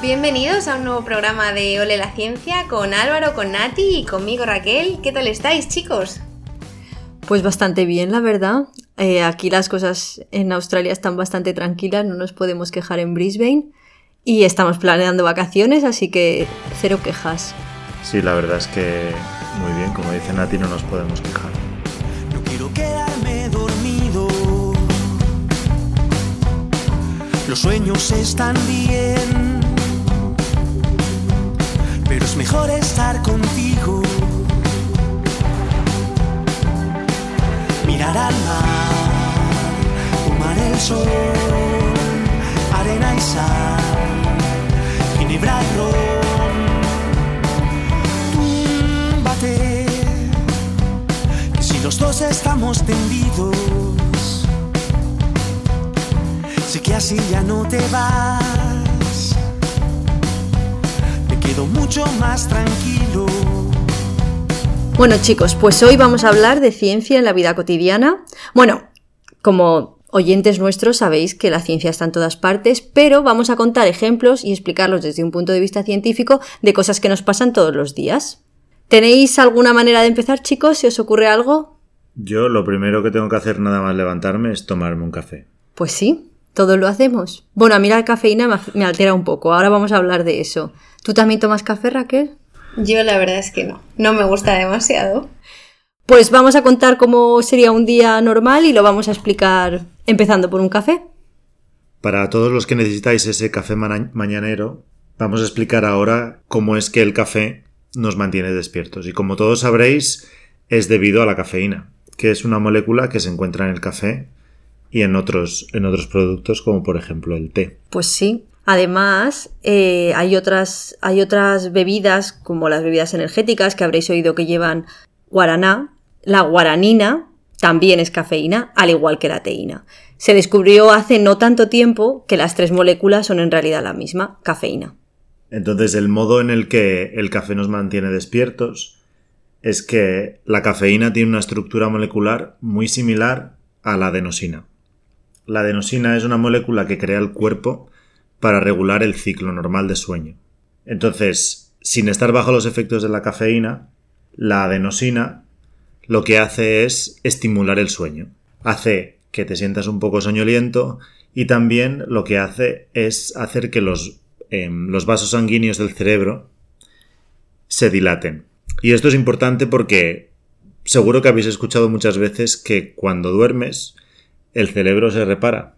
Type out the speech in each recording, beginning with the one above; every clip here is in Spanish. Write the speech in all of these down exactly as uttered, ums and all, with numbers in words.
Bienvenidos a un nuevo programa de Ole la Ciencia con Álvaro, con Nati y conmigo Raquel. ¿Qué tal estáis, chicos? Pues bastante bien, la verdad. Eh, aquí las cosas en Australia están bastante tranquilas, no nos podemos quejar en Brisbane y estamos planeando vacaciones, así que cero quejas. Sí, la verdad es que muy bien, como dice Nati, no nos podemos quejar. No quiero quedarme dormido. Los sueños están bien, pero es mejor estar contigo. Mirar al mar, tomar el sol, arena y sal, ginebra y ron. Túmbate, que si los dos estamos tendidos, sé que así ya no te vas, me quedo mucho más tranquilo. Bueno, chicos, pues hoy vamos a hablar de ciencia en la vida cotidiana. Bueno, como oyentes nuestros sabéis que la ciencia está en todas partes, pero vamos a contar ejemplos y explicarlos desde un punto de vista científico de cosas que nos pasan todos los días. ¿Tenéis alguna manera de empezar, chicos? ¿Si os ocurre algo? Yo lo primero que tengo que hacer nada más levantarme es tomarme un café. Pues sí, todos lo hacemos. Bueno, a mí la cafeína me altera un poco, ahora vamos a hablar de eso. ¿Tú también tomas café, Raquel? Yo la verdad es que no, no me gusta demasiado. Pues vamos a contar cómo sería un día normal y lo vamos a explicar empezando por un café. Para todos los que necesitáis ese café ma- mañanero, vamos a explicar ahora cómo es que el café nos mantiene despiertos. Y como todos sabréis, es debido a la cafeína, que es una molécula que se encuentra en el café y en otros, en otros productos, como por ejemplo el té. Pues sí. Además, eh, hay otras, hay otras bebidas, como las bebidas energéticas, que habréis oído que llevan guaraná. La guaranina también es cafeína, al igual que la teína. Se descubrió hace no tanto tiempo que las tres moléculas son en realidad la misma, cafeína. Entonces, el modo en el que el café nos mantiene despiertos es que la cafeína tiene una estructura molecular muy similar a la adenosina. La adenosina es una molécula que crea el cuerpo para regular el ciclo normal de sueño. Entonces, sin estar bajo los efectos de la cafeína, la adenosina lo que hace es estimular el sueño. Hace que te sientas un poco soñoliento y también lo que hace es hacer que los, eh, los vasos sanguíneos del cerebro se dilaten. Y esto es importante porque seguro que habéis escuchado muchas veces que cuando duermes el cerebro se repara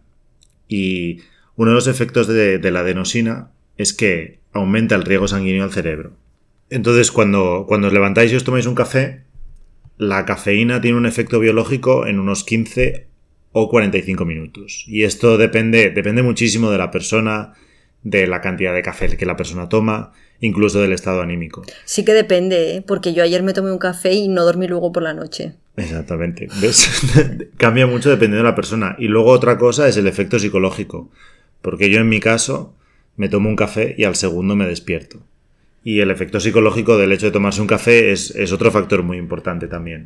y uno de los efectos de, de la adenosina es que aumenta el riego sanguíneo al cerebro. Entonces, cuando, cuando os levantáis y os tomáis un café, la cafeína tiene un efecto biológico en unos quince o cuarenta y cinco minutos. Y esto depende, depende muchísimo de la persona, de la cantidad de café que la persona toma, incluso del estado anímico. Sí que depende, ¿eh? Porque yo ayer me tomé un café y no dormí luego por la noche. Exactamente. ¿Ves? Cambia mucho dependiendo de la persona. Y luego otra cosa es el efecto psicológico. Porque yo en mi caso me tomo un café y al segundo me despierto. Y el efecto psicológico del hecho de tomarse un café es, es otro factor muy importante también.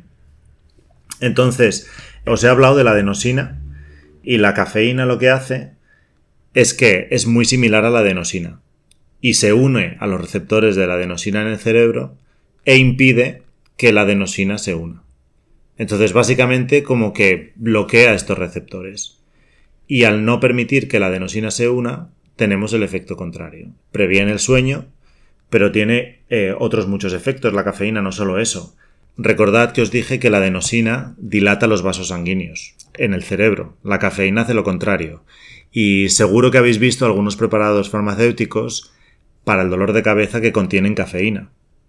Entonces, os he hablado de la adenosina y la cafeína lo que hace es que es muy similar a la adenosina y se une a los receptores de la adenosina en el cerebro e impide que la adenosina se una. Entonces, básicamente como que bloquea estos receptores. Y al no permitir que la adenosina se una, tenemos el efecto contrario. Previene el sueño, pero tiene eh, otros muchos efectos, la cafeína, no solo eso. Recordad que os dije que la adenosina dilata los vasos sanguíneos en el cerebro. La cafeína hace lo contrario. Y seguro que habéis visto algunos preparados farmacéuticos para el dolor de cabeza que contienen cafeína.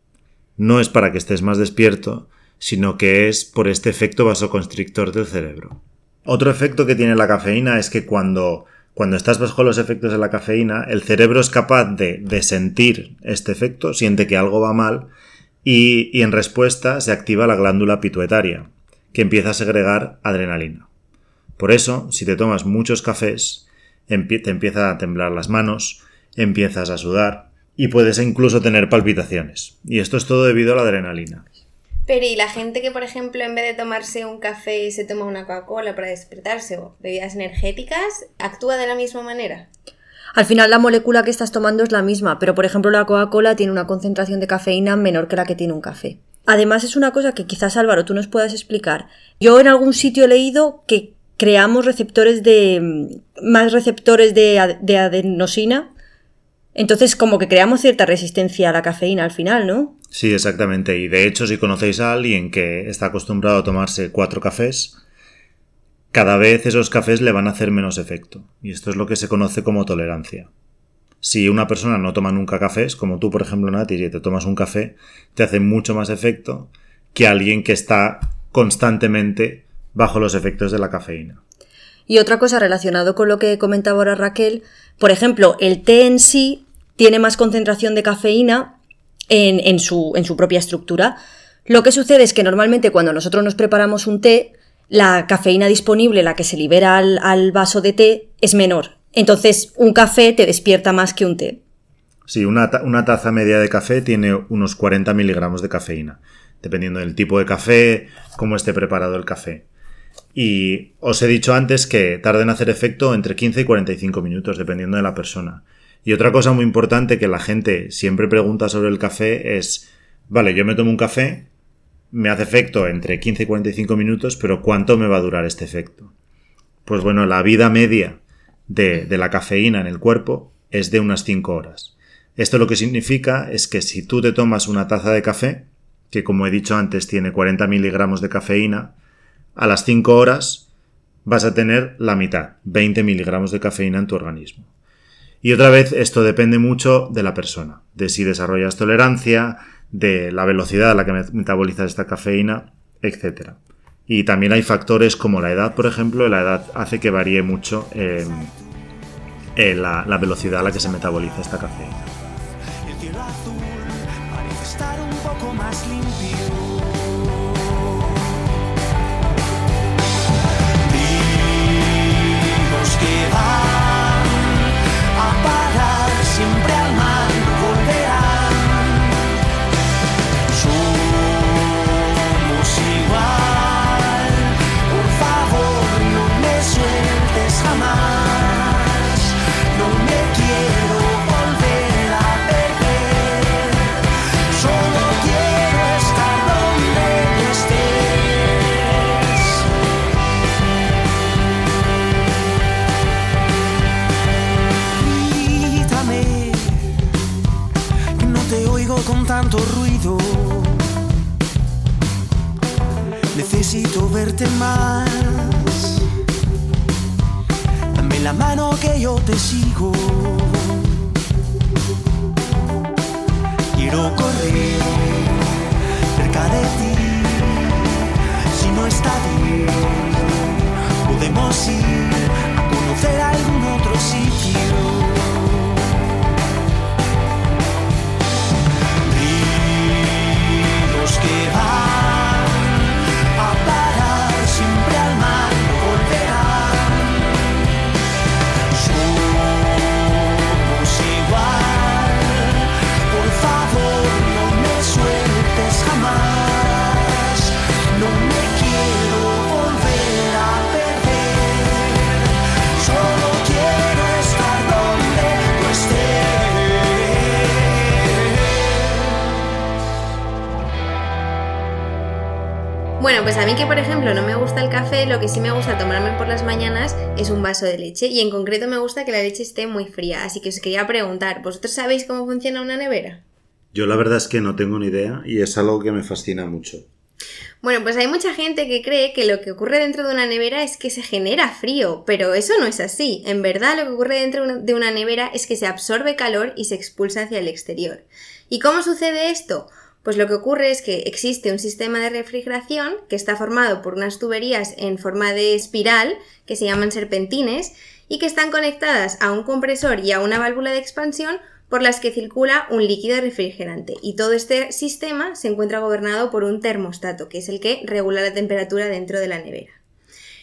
No es para que estés más despierto, sino que es por este efecto vasoconstrictor del cerebro. Otro efecto que tiene la cafeína es que cuando, cuando estás bajo los efectos de la cafeína, el cerebro es capaz de, de sentir este efecto, siente que algo va mal y, y en respuesta se activa la glándula pituitaria, que empieza a segregar adrenalina. Por eso, si te tomas muchos cafés, empie- te empiezan a temblar las manos, empiezas a sudar y puedes incluso tener palpitaciones. Y esto es todo debido a la adrenalina. Pero ¿y la gente que, por ejemplo, en vez de tomarse un café se toma una Coca-Cola para despertarse o bebidas energéticas, actúa de la misma manera? Al final la molécula que estás tomando es la misma, pero por ejemplo la Coca-Cola tiene una concentración de cafeína menor que la que tiene un café. Además es una cosa que quizás Álvaro tú nos puedas explicar. Yo en algún sitio he leído que creamos receptores de más receptores de, de adenosina, entonces como que creamos cierta resistencia a la cafeína al final, ¿no? Sí, exactamente. Y de hecho, si conocéis a alguien que está acostumbrado a tomarse cuatro cafés, cada vez esos cafés le van a hacer menos efecto. Y esto es lo que se conoce como tolerancia. Si una persona no toma nunca cafés, como tú, por ejemplo, Nati, si te tomas un café, te hace mucho más efecto que alguien que está constantemente bajo los efectos de la cafeína. Y otra cosa relacionado con lo que comentaba ahora Raquel, por ejemplo, el té en sí tiene más concentración de cafeína en, en, su, en su propia estructura. Lo que sucede es que normalmente cuando nosotros nos preparamos un té, la cafeína disponible, la que se libera al, al vaso de té, es menor. Entonces, un café te despierta más que un té. Sí, una, ta- una taza media de café tiene unos cuarenta miligramos de cafeína, dependiendo del tipo de café, cómo esté preparado el café. Y os he dicho antes que tarda en hacer efecto entre quince y cuarenta y cinco minutos, dependiendo de la persona. Y otra cosa muy importante que la gente siempre pregunta sobre el café es, vale, yo me tomo un café, me hace efecto entre quince y cuarenta y cinco minutos, pero ¿cuánto me va a durar este efecto? Pues bueno, la vida media de, de la cafeína en el cuerpo es de unas cinco horas. Esto lo que significa es que si tú te tomas una taza de café, que como he dicho antes tiene cuarenta miligramos de cafeína, a las cinco horas vas a tener la mitad, veinte miligramos de cafeína en tu organismo. Y otra vez, esto depende mucho de la persona, de si desarrollas tolerancia, de la velocidad a la que metabolizas esta cafeína, etcétera. Y también hay factores como la edad, por ejemplo. La edad hace que varíe mucho eh, eh, la, la velocidad a la que se metaboliza esta cafeína. El cielo azul parece estar un poco más limpio. Ríos que van a parar siempre al mar volverán. Somos igual, por favor no me sueltes jamás. No me quiero volver a perder. Solo quiero estar donde estés. Grítame, que no te oigo con tanto ruido. Necesito verte más. Dame la mano que yo te sigo. Quiero correr cerca de ti. Si no está bien, podemos ir a conocer algún otro sitio. Ríos que van a parar siempre al mar volverán. Somos igual, por favor no me sueltes jamás. No me quiero volver a perder. Solo quiero estar donde tú estés. Bueno, pues a mí que por ejemplo no me gusta el café, lo que sí me gusta tomarme por las mañanas es un vaso de leche, y en concreto me gusta que la leche esté muy fría, así que os quería preguntar, ¿vosotros sabéis cómo funciona una nevera? Yo la verdad es que no tengo ni idea y es algo que me fascina mucho. Bueno, pues hay mucha gente que cree que lo que ocurre dentro de una nevera es que se genera frío, pero eso no es así. En verdad lo que ocurre dentro de una nevera es que se absorbe calor y se expulsa hacia el exterior. ¿Y cómo sucede esto? Pues lo que ocurre es que existe un sistema de refrigeración que está formado por unas tuberías en forma de espiral, que se llaman serpentines, y que están conectadas a un compresor y a una válvula de expansión por las que circula un líquido refrigerante. Y todo este sistema se encuentra gobernado por un termostato, que es el que regula la temperatura dentro de la nevera.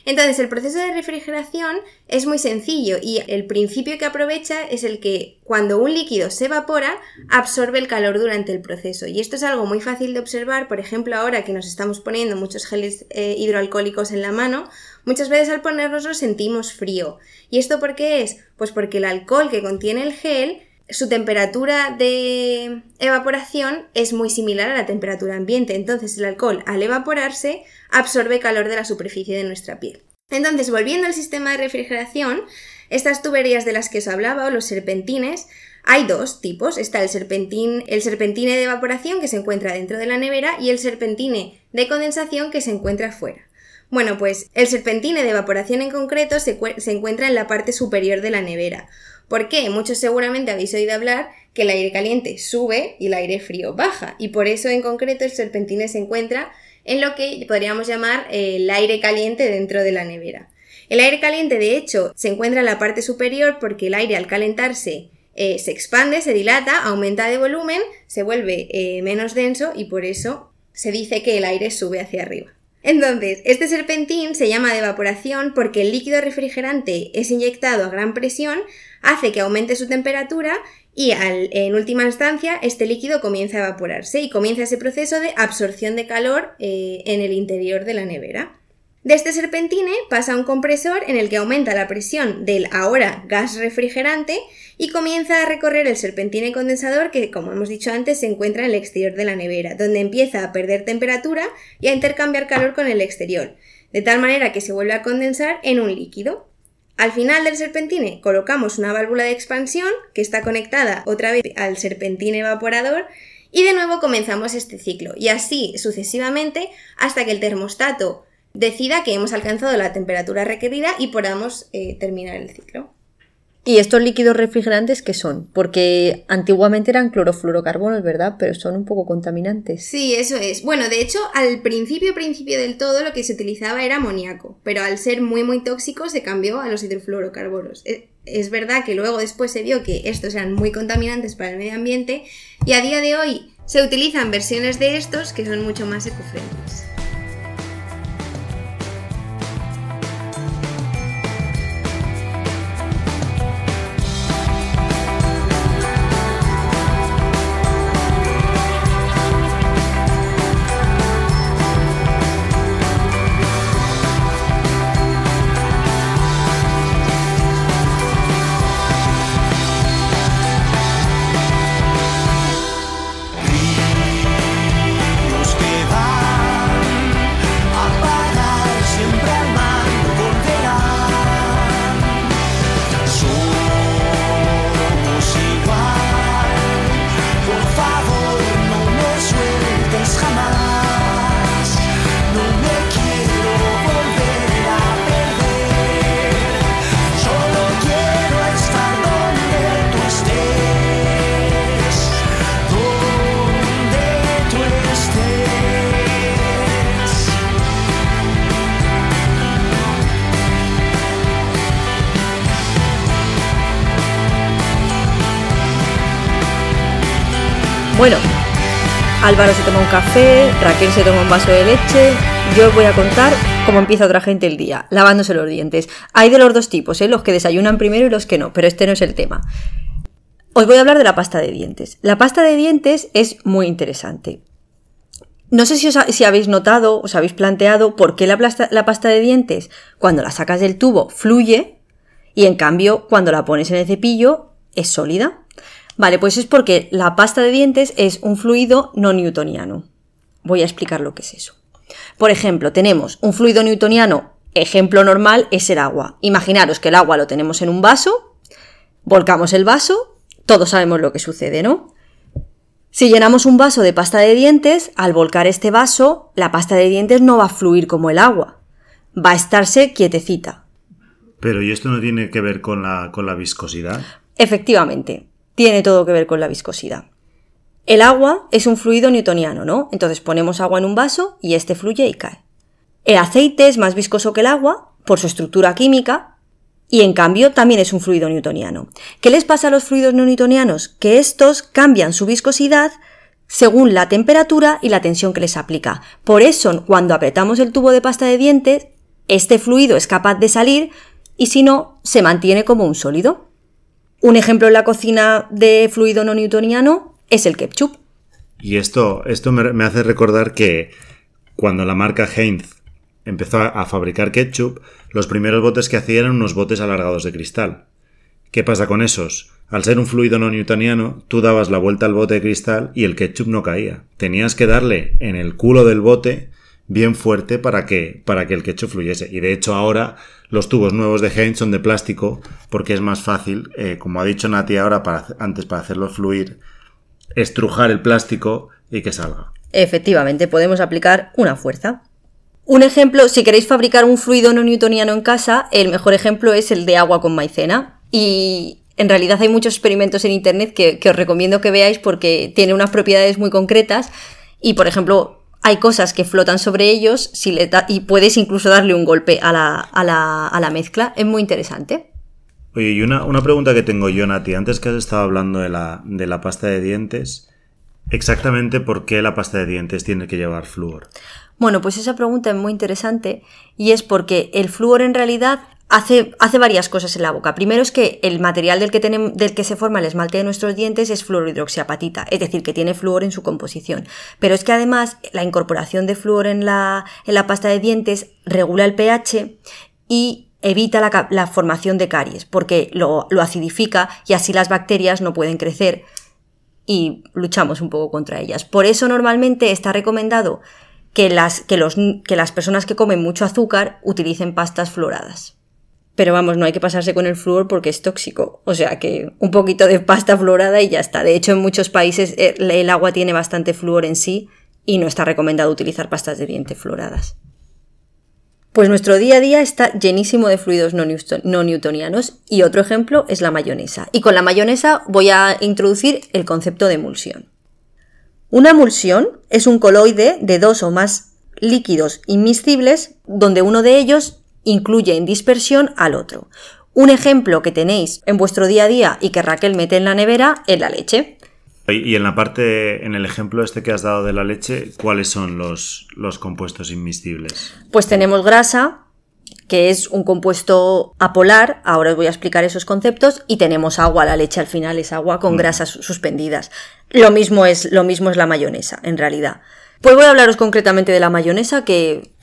Entonces, el proceso de refrigeración es muy sencillo y el principio que aprovecha es el que cuando un líquido se evapora, absorbe el calor durante el proceso. Y esto es algo muy fácil de observar, por ejemplo, ahora que nos estamos poniendo muchos geles eh, hidroalcohólicos en la mano, muchas veces al ponérnoslo sentimos frío. ¿Y esto por qué es? Pues porque el alcohol que contiene el gel, su temperatura de evaporación es muy similar a la temperatura ambiente. Entonces el alcohol, al evaporarse, absorbe calor de la superficie de nuestra piel. Entonces, volviendo al sistema de refrigeración, estas tuberías de las que os hablaba, o los serpentines, hay dos tipos. Está el serpentín, el serpentine de evaporación que se encuentra dentro de la nevera y el serpentine de condensación que se encuentra fuera. Bueno, pues el serpentine de evaporación en concreto se, se encuentra en la parte superior de la nevera. ¿Por qué? Muchos seguramente habéis oído hablar que el aire caliente sube y el aire frío baja, y por eso en concreto el serpentine se encuentra en lo que podríamos llamar el aire caliente dentro de la nevera. El aire caliente, de hecho, se encuentra en la parte superior porque el aire al calentarse eh, se expande, se dilata, aumenta de volumen, se vuelve eh, menos denso y por eso se dice que el aire sube hacia arriba. Entonces, este serpentín se llama de evaporación porque el líquido refrigerante es inyectado a gran presión, hace que aumente su temperatura y al, en última instancia este líquido comienza a evaporarse y comienza ese proceso de absorción de calor eh, en el interior de la nevera. De este serpentine pasa a un compresor en el que aumenta la presión del ahora gas refrigerante y comienza a recorrer el serpentine condensador que, como hemos dicho antes, se encuentra en el exterior de la nevera, donde empieza a perder temperatura y a intercambiar calor con el exterior, de tal manera que se vuelve a condensar en un líquido. Al final del serpentine colocamos una válvula de expansión que está conectada otra vez al serpentine evaporador y de nuevo comenzamos este ciclo, y así sucesivamente hasta que el termostato decida que hemos alcanzado la temperatura requerida y podamos eh, terminar el ciclo. ¿Y estos líquidos refrigerantes qué son? Porque antiguamente eran clorofluorocarbonos, ¿verdad? Pero son un poco contaminantes. Sí, eso es. Bueno, de hecho, al principio, principio del todo, lo que se utilizaba era amoníaco, pero al ser muy, muy tóxico se cambió a los hidrofluorocarbonos. Es, es verdad que luego después se vio que estos eran muy contaminantes para el medio ambiente y a día de hoy se utilizan versiones de estos que son mucho más eco-friendly. Bueno, Álvaro se toma un café, Raquel se toma un vaso de leche. Yo os voy a contar cómo empieza otra gente el día, lavándose los dientes. Hay de los dos tipos, ¿eh? Los que desayunan primero y los que no, pero este no es el tema. Os voy a hablar de la pasta de dientes. La pasta de dientes es muy interesante. No sé si, os ha, si habéis notado, os habéis planteado por qué la, plasta, la pasta de dientes, cuando la sacas del tubo, fluye y en cambio cuando la pones en el cepillo es sólida. Vale, pues es porque la pasta de dientes es un fluido no newtoniano. Voy a explicar lo que es eso. Por ejemplo, tenemos un fluido newtoniano, ejemplo normal es el agua. Imaginaros que el agua lo tenemos en un vaso, volcamos el vaso, todos sabemos lo que sucede, ¿no? Si llenamos un vaso de pasta de dientes, al volcar este vaso, la pasta de dientes no va a fluir como el agua, va a estarse quietecita. Pero ¿y esto no tiene que ver con la, con la viscosidad? Efectivamente, tiene todo que ver con la viscosidad. El agua es un fluido newtoniano, ¿no? Entonces ponemos agua en un vaso y este fluye y cae. El aceite es más viscoso que el agua por su estructura química y en cambio también es un fluido newtoniano. ¿Qué les pasa a los fluidos no newtonianos? Que estos cambian su viscosidad según la temperatura y la tensión que les aplica. Por eso, cuando apretamos el tubo de pasta de dientes, este fluido es capaz de salir y si no, se mantiene como un sólido. Un ejemplo en la cocina de fluido no newtoniano es el ketchup. Y esto, esto me, me hace recordar que cuando la marca Heinz empezó a, a fabricar ketchup, los primeros botes que hacían eran unos botes alargados de cristal. ¿Qué pasa con esos? Al ser un fluido no newtoniano, tú dabas la vuelta al bote de cristal y el ketchup no caía. Tenías que darle en el culo del bote bien fuerte para que, para que el ketchup fluyese. Y de hecho ahora los tubos nuevos de Heinz son de plástico porque es más fácil, eh, como ha dicho Nati ahora, para, antes para hacerlos fluir, estrujar el plástico y que salga. Efectivamente, podemos aplicar una fuerza. Un ejemplo, si queréis fabricar un fluido no newtoniano en casa, el mejor ejemplo es el de agua con maicena. Y en realidad hay muchos experimentos en internet que, que os recomiendo que veáis porque tiene unas propiedades muy concretas y, por ejemplo, hay cosas que flotan sobre ellos si le da, y puedes incluso darle un golpe a la, a la, a la mezcla. Es muy interesante. Oye, y una, una pregunta que tengo yo, Nati, antes que has estado hablando de la, de la pasta de dientes, exactamente por qué la pasta de dientes tiene que llevar flúor. Bueno, pues esa pregunta es muy interesante y es porque el flúor en realidad hace, hace varias cosas en la boca. Primero es que el material del que, tenemos, del que se forma el esmalte de nuestros dientes es fluorohidroxiapatita, es decir, que tiene flúor en su composición. Pero es que además la incorporación de flúor en la, en la pasta de dientes regula el pH y evita la, la formación de caries, porque lo, lo acidifica y así las bacterias no pueden crecer y luchamos un poco contra ellas. Por eso normalmente está recomendado que las, que los, que las personas que comen mucho azúcar utilicen pastas fluoradas. Pero vamos, no hay que pasarse con el flúor porque es tóxico, o sea que un poquito de pasta fluorada y ya está. De hecho, en muchos países el agua tiene bastante flúor en sí y no está recomendado utilizar pastas de dientes fluoradas. Pues nuestro día a día está llenísimo de fluidos no, newton- no newtonianos y otro ejemplo es la mayonesa. Y con la mayonesa voy a introducir el concepto de emulsión. Una emulsión es un coloide de dos o más líquidos inmiscibles donde uno de ellos incluye en dispersión al otro. Un ejemplo que tenéis en vuestro día a día y que Raquel mete en la nevera es la leche. Y en la parte, en el ejemplo este que has dado de la leche, ¿cuáles son los, los compuestos inmiscibles? Pues tenemos grasa, que es un compuesto apolar, ahora os voy a explicar esos conceptos, y tenemos agua, la leche al final es agua con mm. grasas suspendidas. Lo mismo es, lo mismo es la mayonesa, en realidad. Pues voy a hablaros concretamente de la mayonesa, que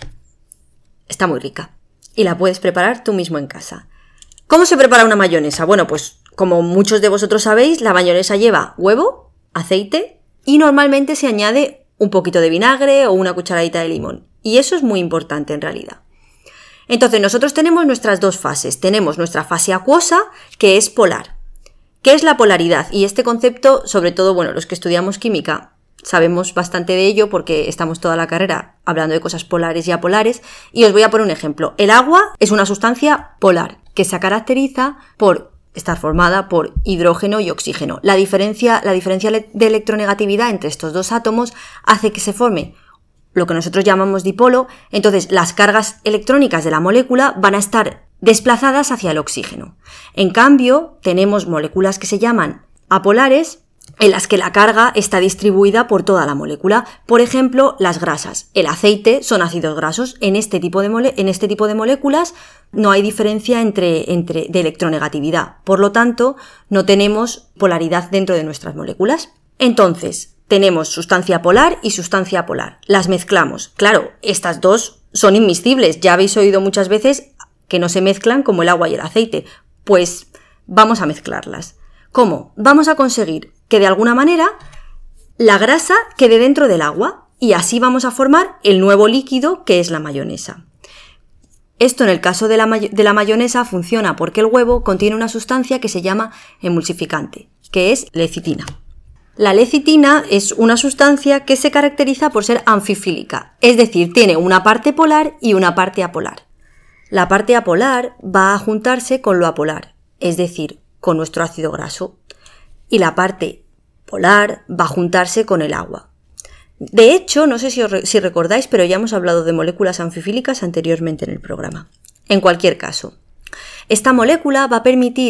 está muy rica, y la puedes preparar tú mismo en casa. ¿Cómo se prepara una mayonesa? Bueno, pues como muchos de vosotros sabéis, la mayonesa lleva huevo, aceite y normalmente se añade un poquito de vinagre o una cucharadita de limón. Y eso es muy importante en realidad. Entonces nosotros tenemos nuestras dos fases. Tenemos nuestra fase acuosa, que es polar. ¿Qué es la polaridad? Y este concepto, sobre todo, bueno, los que estudiamos química sabemos bastante de ello porque estamos toda la carrera hablando de cosas polares y apolares. Y os voy a poner un ejemplo. El agua es una sustancia polar que se caracteriza por estar formada por hidrógeno y oxígeno. La diferencia, la diferencia de electronegatividad entre estos dos átomos hace que se forme lo que nosotros llamamos dipolo. Entonces, las cargas electrónicas de la molécula van a estar desplazadas hacia el oxígeno. En cambio, tenemos moléculas que se llaman apolares, en las que la carga está distribuida por toda la molécula. Por ejemplo, las grasas. El aceite son ácidos grasos. En este tipo de, mole- en este tipo de moléculas no hay diferencia entre, entre, de electronegatividad. Por lo tanto, no tenemos polaridad dentro de nuestras moléculas. Entonces, tenemos sustancia polar y sustancia apolar. Las mezclamos. Claro, estas dos son inmiscibles. Ya habéis oído muchas veces que no se mezclan como el agua y el aceite. Pues vamos a mezclarlas. ¿Cómo? Vamos a conseguir que de alguna manera la grasa quede dentro del agua y así vamos a formar el nuevo líquido que es la mayonesa. Esto en el caso de la, may- de la mayonesa funciona porque el huevo contiene una sustancia que se llama emulsificante, que es lecitina. La lecitina es una sustancia que se caracteriza por ser anfifílica, es decir, tiene una parte polar y una parte apolar. La parte apolar va a juntarse con lo apolar, es decir, con nuestro ácido graso. Y la parte polar va a juntarse con el agua. De hecho, no sé si, os re- si recordáis, pero ya hemos hablado de moléculas anfifílicas anteriormente en el programa. En cualquier caso, esta molécula va a permitir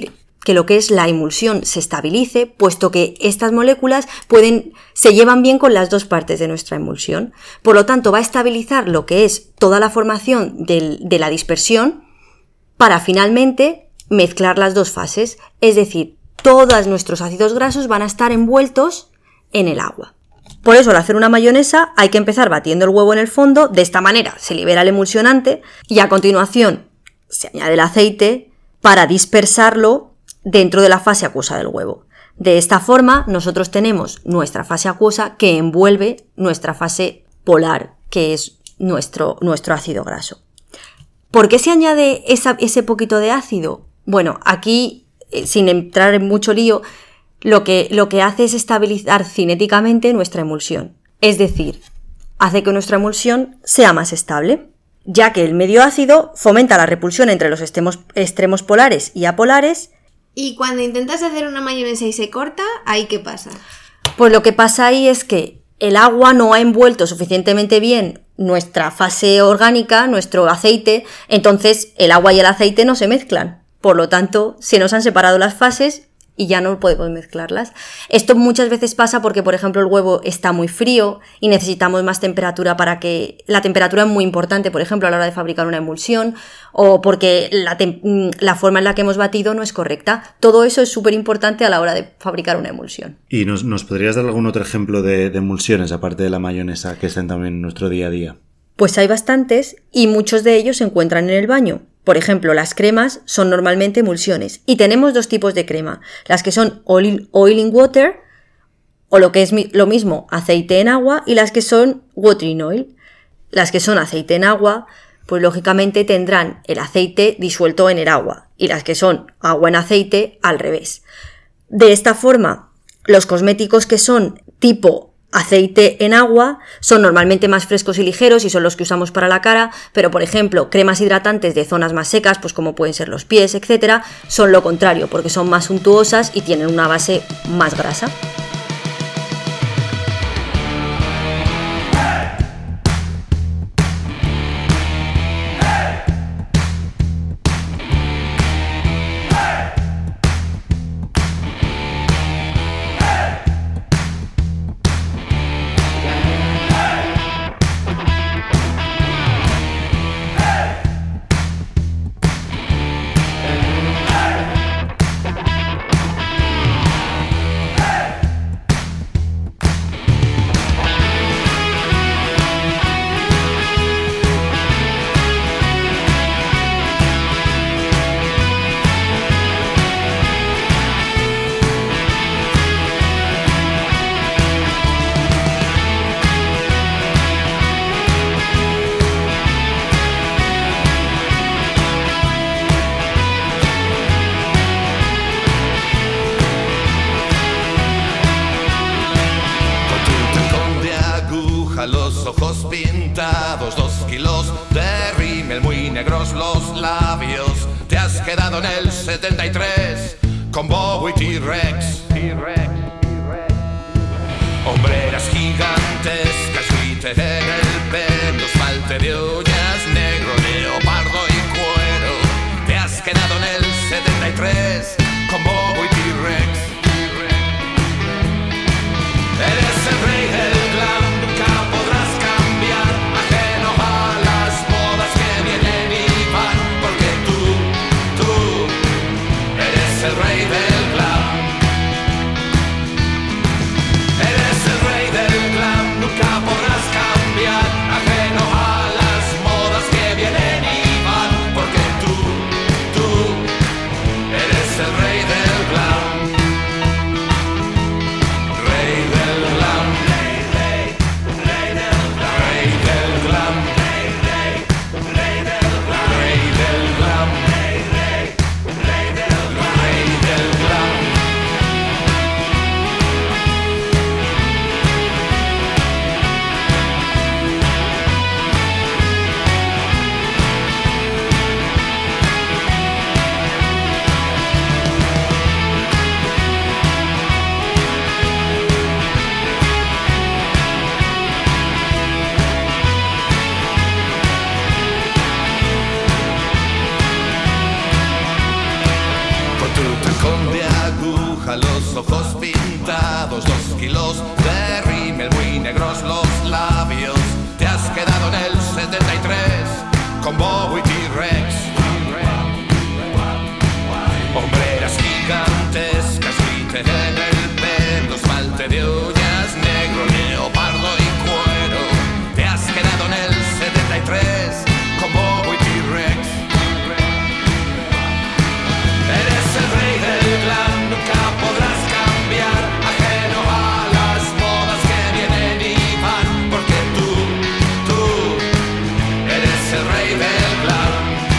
que lo que es la emulsión se estabilice, puesto que estas moléculas pueden, se llevan bien con las dos partes de nuestra emulsión. Por lo tanto, va a estabilizar lo que es toda la formación del, de la dispersión para finalmente mezclar las dos fases. Es decir, todos nuestros ácidos grasos van a estar envueltos en el agua. Por eso, al hacer una mayonesa hay que empezar batiendo el huevo en el fondo. De esta manera se libera el emulsionante y a continuación se añade el aceite para dispersarlo dentro de la fase acuosa del huevo. De esta forma nosotros tenemos nuestra fase acuosa que envuelve nuestra fase polar, que es nuestro, nuestro ácido graso. ¿Por qué se añade esa, ese poquito de ácido? Bueno, aquí, eh, sin entrar en mucho lío, Lo que, lo que hace es estabilizar cinéticamente nuestra emulsión, es decir, hace que nuestra emulsión sea más estable, ya que el medio ácido fomenta la repulsión entre los extremos, extremos polares y apolares. Y cuando intentas hacer una mayonesa y se corta, ¿ahí qué pasa? Pues lo que pasa ahí es que el agua no ha envuelto suficientemente bien nuestra fase orgánica, nuestro aceite, entonces el agua y el aceite no se mezclan, por lo tanto se nos han separado las fases y ya no podemos mezclarlas. Esto muchas veces pasa porque, por ejemplo, el huevo está muy frío y necesitamos más temperatura para que... La temperatura es muy importante, por ejemplo, a la hora de fabricar una emulsión, o porque la, tem... la forma en la que hemos batido no es correcta. Todo eso es súper importante a la hora de fabricar una emulsión. ¿Y nos, nos podrías dar algún otro ejemplo de, de emulsiones, aparte de la mayonesa, que estén también en nuestro día a día? Pues hay bastantes y muchos de ellos se encuentran en el baño. Por ejemplo, las cremas son normalmente emulsiones y tenemos dos tipos de crema, las que son oil, oil in water, o lo que es lo mismo, aceite en agua, y las que son water in oil. Las que son aceite en agua, pues lógicamente tendrán el aceite disuelto en el agua, y las que son agua en aceite, al revés. De esta forma, los cosméticos que son tipo aceite en agua son normalmente más frescos y ligeros y son los que usamos para la cara, pero por ejemplo cremas hidratantes de zonas más secas, pues como pueden ser los pies, etcétera, son lo contrario porque son más untuosas y tienen una base más grasa. Los ojos pintados, dos kilos de rímel, muy negros los labios. Te has quedado en el setenta y tres con Bowie T-Rex. Hombreras gigantescas, suite en el pelo, esmalte de uñas negro, leopardo y cuero. Te has quedado en el setenta y tres con Bowie T-Rex. Eres el rey del glam. los dos kilos de rímel muy negros los labios. Te has quedado en el setenta y tres con Bowie T-Rex. Hombreras gigantescas, glitter en el pelo, esmalte de uñas, negro, leopardo y cuero. Te has quedado en el setenta y tres con Bowie T-Rex. Eres el rey del glam, nunca podrás cambiar, ajeno a las modas que vienen y van, porque tú, tú, eres el rey del glam.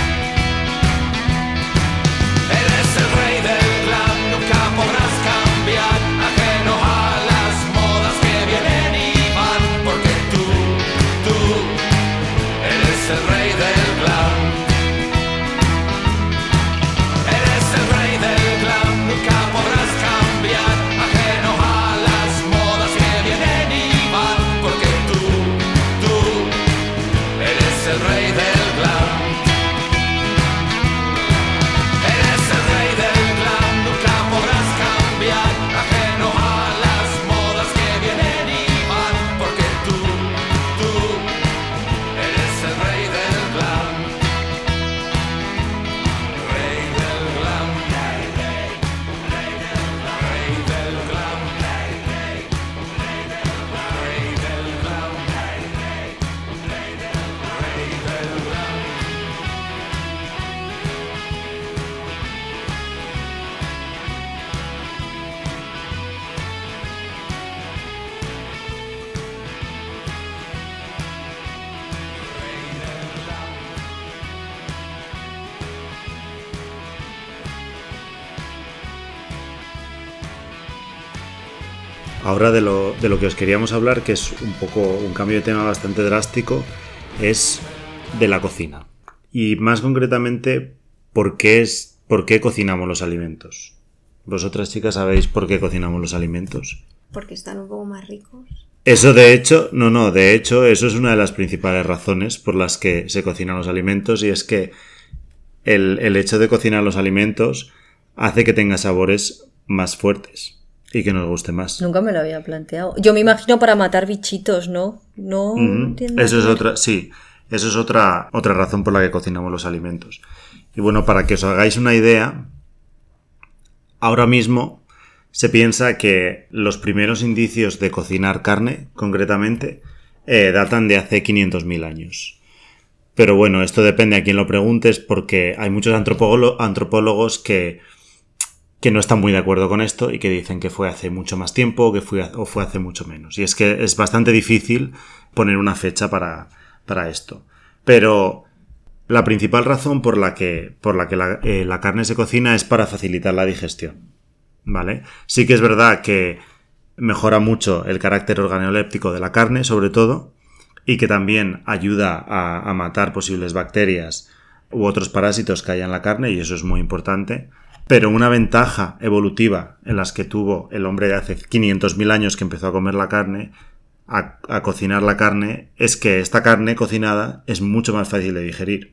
Eres el rey del glam, nunca podrás cambiar, ajeno a las modas que vienen y van, porque tú, tú, eres el rey del glam. Eres el rey del glam, nunca podrás cambiar, ajeno a las modas que vienen y van, porque tú, tú, eres el rey del glam. Eres el rey del glam, nunca podrás cambiar, ajeno a las modas que vienen y van, porque tú, tú, eres el rey del glam. Rey del glam, rey del glam, rey del glam, rey del glam. Ahora de lo, de lo que os queríamos hablar, que es un poco un cambio de tema bastante drástico, es de la cocina. Y más concretamente, ¿por qué, es, por qué cocinamos los alimentos? ¿Vosotras, chicas, sabéis por qué cocinamos los alimentos? Porque están un poco más ricos. Eso de hecho, no, no, de hecho, eso es una de las principales razones por las que se cocinan los alimentos, y es que el, el hecho de cocinar los alimentos hace que tenga sabores más fuertes y que nos guste más. Nunca me lo había planteado. Yo me imagino para matar bichitos, ¿no? No Mm, entiendo. Eso es otra, sí, eso es otra, otra razón por la que cocinamos los alimentos. Y bueno, para que os hagáis una idea, ahora mismo se piensa que los primeros indicios de cocinar carne, concretamente, eh, datan de hace quinientos mil años. Pero bueno, esto depende a quién lo preguntes, porque hay muchos antropólo- antropólogos que, que no están muy de acuerdo con esto y que dicen que fue hace mucho más tiempo o que fue, o fue hace mucho menos. Y es que es bastante difícil poner una fecha para, para esto. Pero la principal razón por la que, por la, que la, eh, la carne se cocina es para facilitar la digestión, ¿vale? Sí que es verdad que mejora mucho el carácter organoléptico de la carne, sobre todo, y que también ayuda a, a matar posibles bacterias u otros parásitos que haya en la carne, y eso es muy importante. Pero una ventaja evolutiva en las que tuvo el hombre de hace quinientos mil años que empezó a comer la carne, a, a cocinar la carne, es que esta carne cocinada es mucho más fácil de digerir.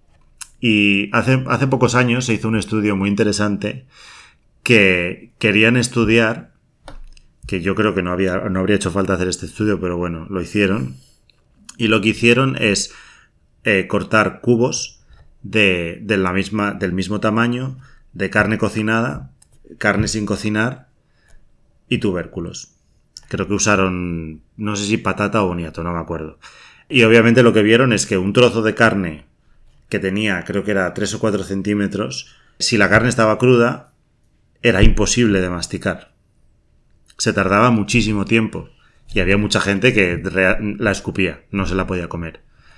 Y hace, hace pocos años se hizo un estudio muy interesante que querían estudiar, que yo creo que no, había, no habría hecho falta hacer este estudio, pero bueno, lo hicieron. Y lo que hicieron es eh, cortar cubos de, de la misma, del mismo tamaño, de carne cocinada, carne sin cocinar y tubérculos. Creo que usaron, no sé si patata o boniato, no me acuerdo. Y obviamente lo que vieron es que un trozo de carne que tenía, creo que era tres o cuatro centímetros, si la carne estaba cruda, era imposible de masticar. Se tardaba muchísimo tiempo y había mucha gente que la escupía, no se la podía comer.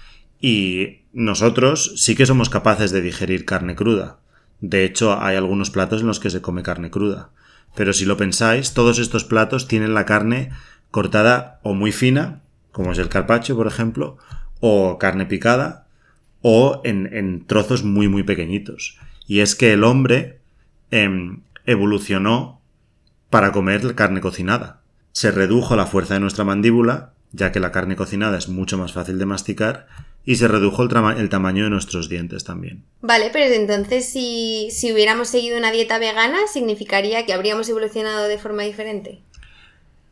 Y nosotros sí que somos capaces de digerir carne cruda. De hecho, hay algunos platos en los que se come carne cruda. Pero si lo pensáis, todos estos platos tienen la carne cortada o muy fina, como es el carpaccio, por ejemplo, o carne picada, o en, en trozos muy, muy pequeñitos. Y es que el hombre eh, evolucionó para comer carne cocinada. Se redujo la fuerza de nuestra mandíbula, ya que la carne cocinada es mucho más fácil de masticar, y se redujo el, trama- el tamaño de nuestros dientes también. Vale, pero entonces si, si hubiéramos seguido una dieta vegana, ¿significaría que habríamos evolucionado de forma diferente?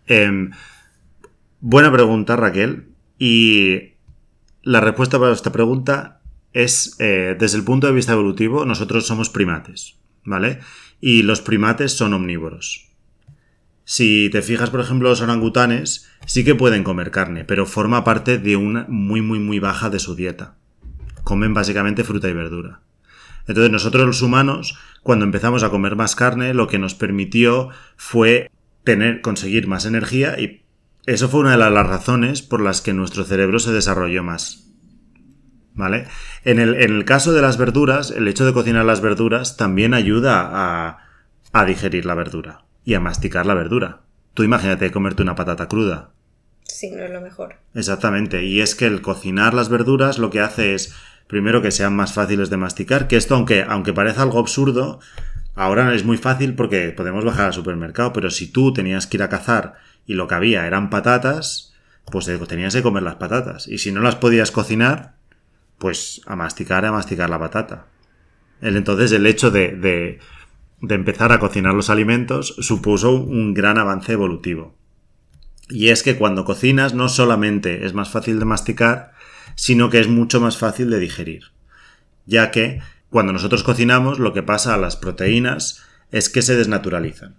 Eh, buena pregunta, Raquel. Y la respuesta para esta pregunta es, eh, desde el punto de vista evolutivo, nosotros somos primates, ¿vale? Y los primates son omnívoros. Si te fijas, por ejemplo, los orangutanes sí que pueden comer carne, pero forma parte de una muy, muy, muy baja de su dieta. Comen básicamente fruta y verdura. Entonces nosotros los humanos, cuando empezamos a comer más carne, lo que nos permitió fue tener, conseguir más energía, y eso fue una de las razones por las que nuestro cerebro se desarrolló más. ¿Vale? En el, en el caso de las verduras, el hecho de cocinar las verduras también ayuda a, a digerir la verdura y a masticar la verdura. Tú imagínate comerte una patata cruda. Sí, no es lo mejor. Exactamente, y es que el cocinar las verduras lo que hace es, primero, que sean más fáciles de masticar, que esto, aunque, aunque parezca algo absurdo, ahora es muy fácil porque podemos bajar al supermercado, pero si tú tenías que ir a cazar y lo que había eran patatas, pues tenías que comer las patatas. Y si no las podías cocinar, pues a masticar, a masticar la patata. El, entonces el hecho de, de, de empezar a cocinar los alimentos supuso un gran avance evolutivo. Y es que cuando cocinas no solamente es más fácil de masticar, sino que es mucho más fácil de digerir. Ya que cuando nosotros cocinamos, lo que pasa a las proteínas es que se desnaturalizan.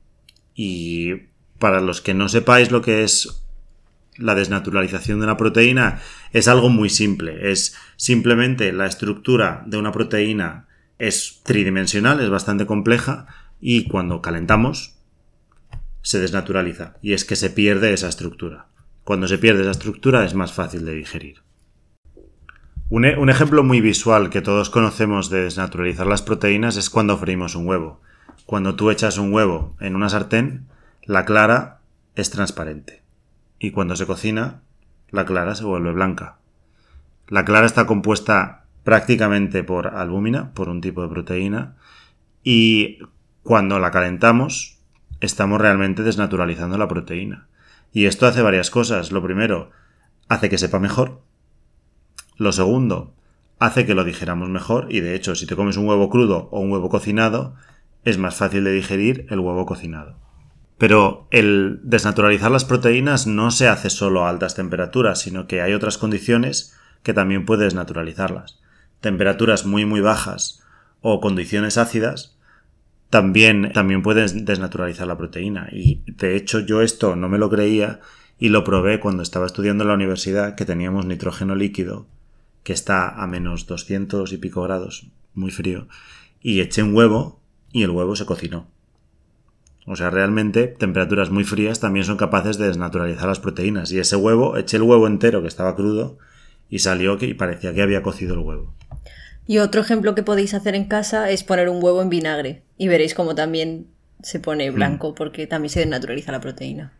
Y para los que no sepáis lo que es la desnaturalización de una proteína, es algo muy simple. Es simplemente la estructura de una proteína es tridimensional, es bastante compleja, y cuando calentamos se desnaturaliza. Y es que se pierde esa estructura. Cuando se pierde esa estructura es más fácil de digerir. Un, e- un ejemplo muy visual que todos conocemos de desnaturalizar las proteínas es cuando freímos un huevo. Cuando tú echas un huevo en una sartén, la clara es transparente. Y cuando se cocina, la clara se vuelve blanca. La clara está compuesta prácticamente por albúmina, por un tipo de proteína, y cuando la calentamos, estamos realmente desnaturalizando la proteína. Y esto hace varias cosas. Lo primero, hace que sepa mejor. Lo segundo, hace que lo digeramos mejor, y de hecho, si te comes un huevo crudo o un huevo cocinado, es más fácil de digerir el huevo cocinado. Pero el desnaturalizar las proteínas no se hace solo a altas temperaturas, sino que hay otras condiciones que también pueden desnaturalizarlas. Temperaturas muy muy bajas o condiciones ácidas también, también pueden desnaturalizar la proteína. Y de hecho yo esto no me lo creía y lo probé cuando estaba estudiando en la universidad, que teníamos nitrógeno líquido que está a menos doscientos y pico grados, muy frío, y eché un huevo y el huevo se cocinó. O sea, realmente temperaturas muy frías también son capaces de desnaturalizar las proteínas. Y ese huevo, eché el huevo entero que estaba crudo y salió que parecía que había cocido el huevo. Y otro ejemplo que podéis hacer en casa es poner un huevo en vinagre. Y veréis cómo también se pone blanco, mm. porque también se desnaturaliza la proteína.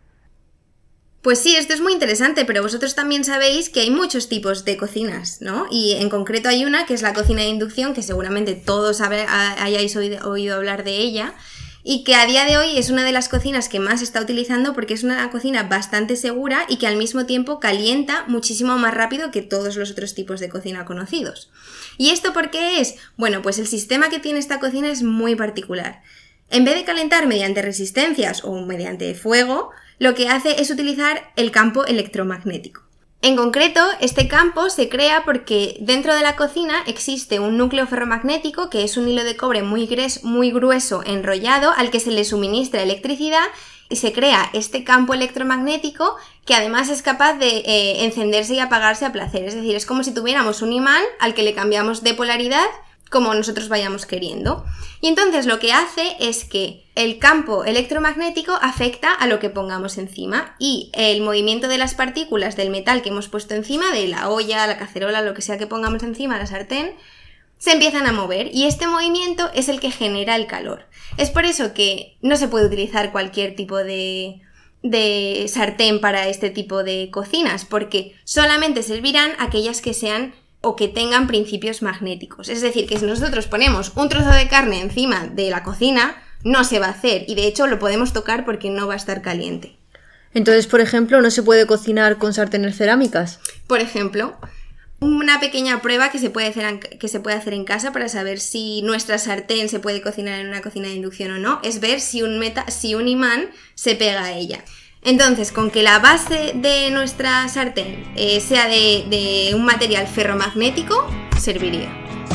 Pues sí, esto es muy interesante, pero vosotros también sabéis que hay muchos tipos de cocinas, ¿no? Y en concreto hay una que es la cocina de inducción, que seguramente todos hayáis oído, oído hablar de ella, y que a día de hoy es una de las cocinas que más se está utilizando porque es una cocina bastante segura y que al mismo tiempo calienta muchísimo más rápido que todos los otros tipos de cocina conocidos. ¿Y esto por qué es? Bueno, pues el sistema que tiene esta cocina es muy particular. En vez de calentar mediante resistencias o mediante fuego, lo que hace es utilizar el campo electromagnético. En concreto, este campo se crea porque dentro de la cocina existe un núcleo ferromagnético, que es un hilo de cobre muy, gres- muy grueso enrollado al que se le suministra electricidad, y se crea este campo electromagnético que además es capaz de eh, encenderse y apagarse a placer. Es decir, es como si tuviéramos un imán al que le cambiamos de polaridad como nosotros vayamos queriendo. Y entonces lo que hace es que el campo electromagnético afecta a lo que pongamos encima, y el movimiento de las partículas del metal que hemos puesto encima, de la olla, la cacerola, lo que sea que pongamos encima, la sartén, se empiezan a mover, y este movimiento es el que genera el calor. Es por eso que no se puede utilizar cualquier tipo de, de sartén para este tipo de cocinas, porque solamente servirán aquellas que sean o que tengan principios magnéticos. Es decir, que si nosotros ponemos un trozo de carne encima de la cocina, no se va a hacer, y de hecho lo podemos tocar porque no va a estar caliente. Entonces, por ejemplo, ¿no se puede cocinar con sartenes cerámicas? Por ejemplo, una pequeña prueba que se puede hacer en, que se puede hacer en casa para saber si nuestra sartén se puede cocinar en una cocina de inducción o no, es ver si un, meta, si un imán se pega a ella. Entonces, con que la base de nuestra sartén eh, sea de, de un material ferromagnético, serviría.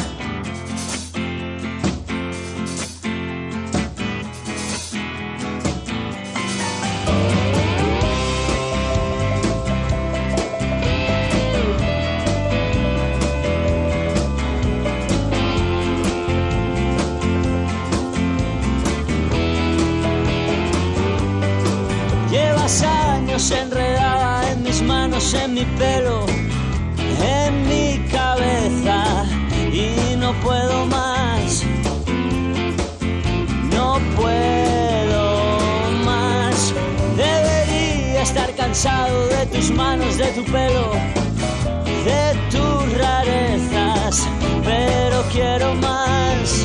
Enredada en mis manos, en mi pelo, en mi cabeza, y no puedo más, no puedo más. Debería estar cansado de tus manos, de tu pelo, de tus rarezas, pero quiero más,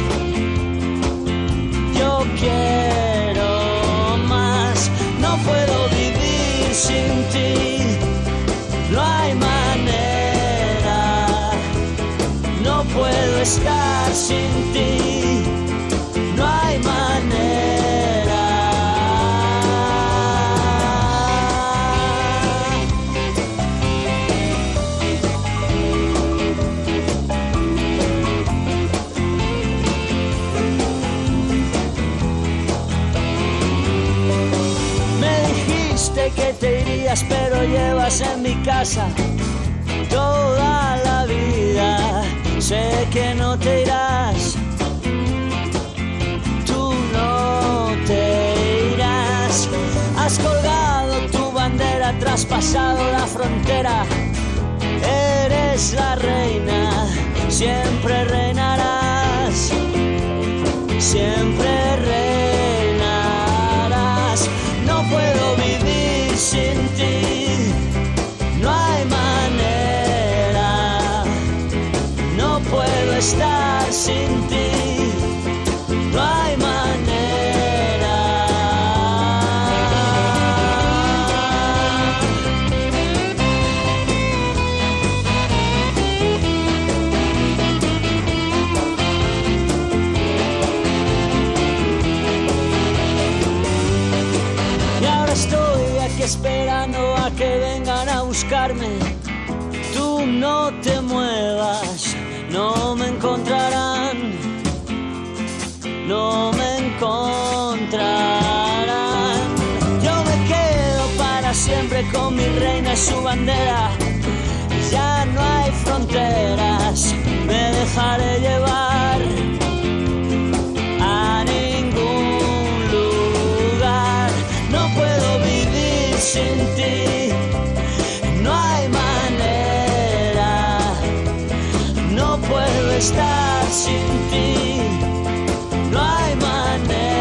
yo quiero más. No puedo vivir sin ti, no hay manera, no puedo estar sin ti, no hay manera. Que te irías, pero llevas en mi casa toda la vida. Sé que no te irás, tú no te irás. Has colgado tu bandera, traspasado la frontera. Eres la reina, siempre reinarás, siempre reinarás. No puedo vivir sin ti, no hay manera, no puedo estar sin ti, no hay manera. Y ahora estoy aquí esperando a que vengan a buscarme. Tú no te muevas, no me encontrarán, no me encontrarán. Yo me quedo para siempre con mi reina y su bandera. Ya no hay fronteras, me dejaré llevar a ningún lugar. No puedo vivir sin ti, no hay manera, no puedo estar sin ti, no hay manera.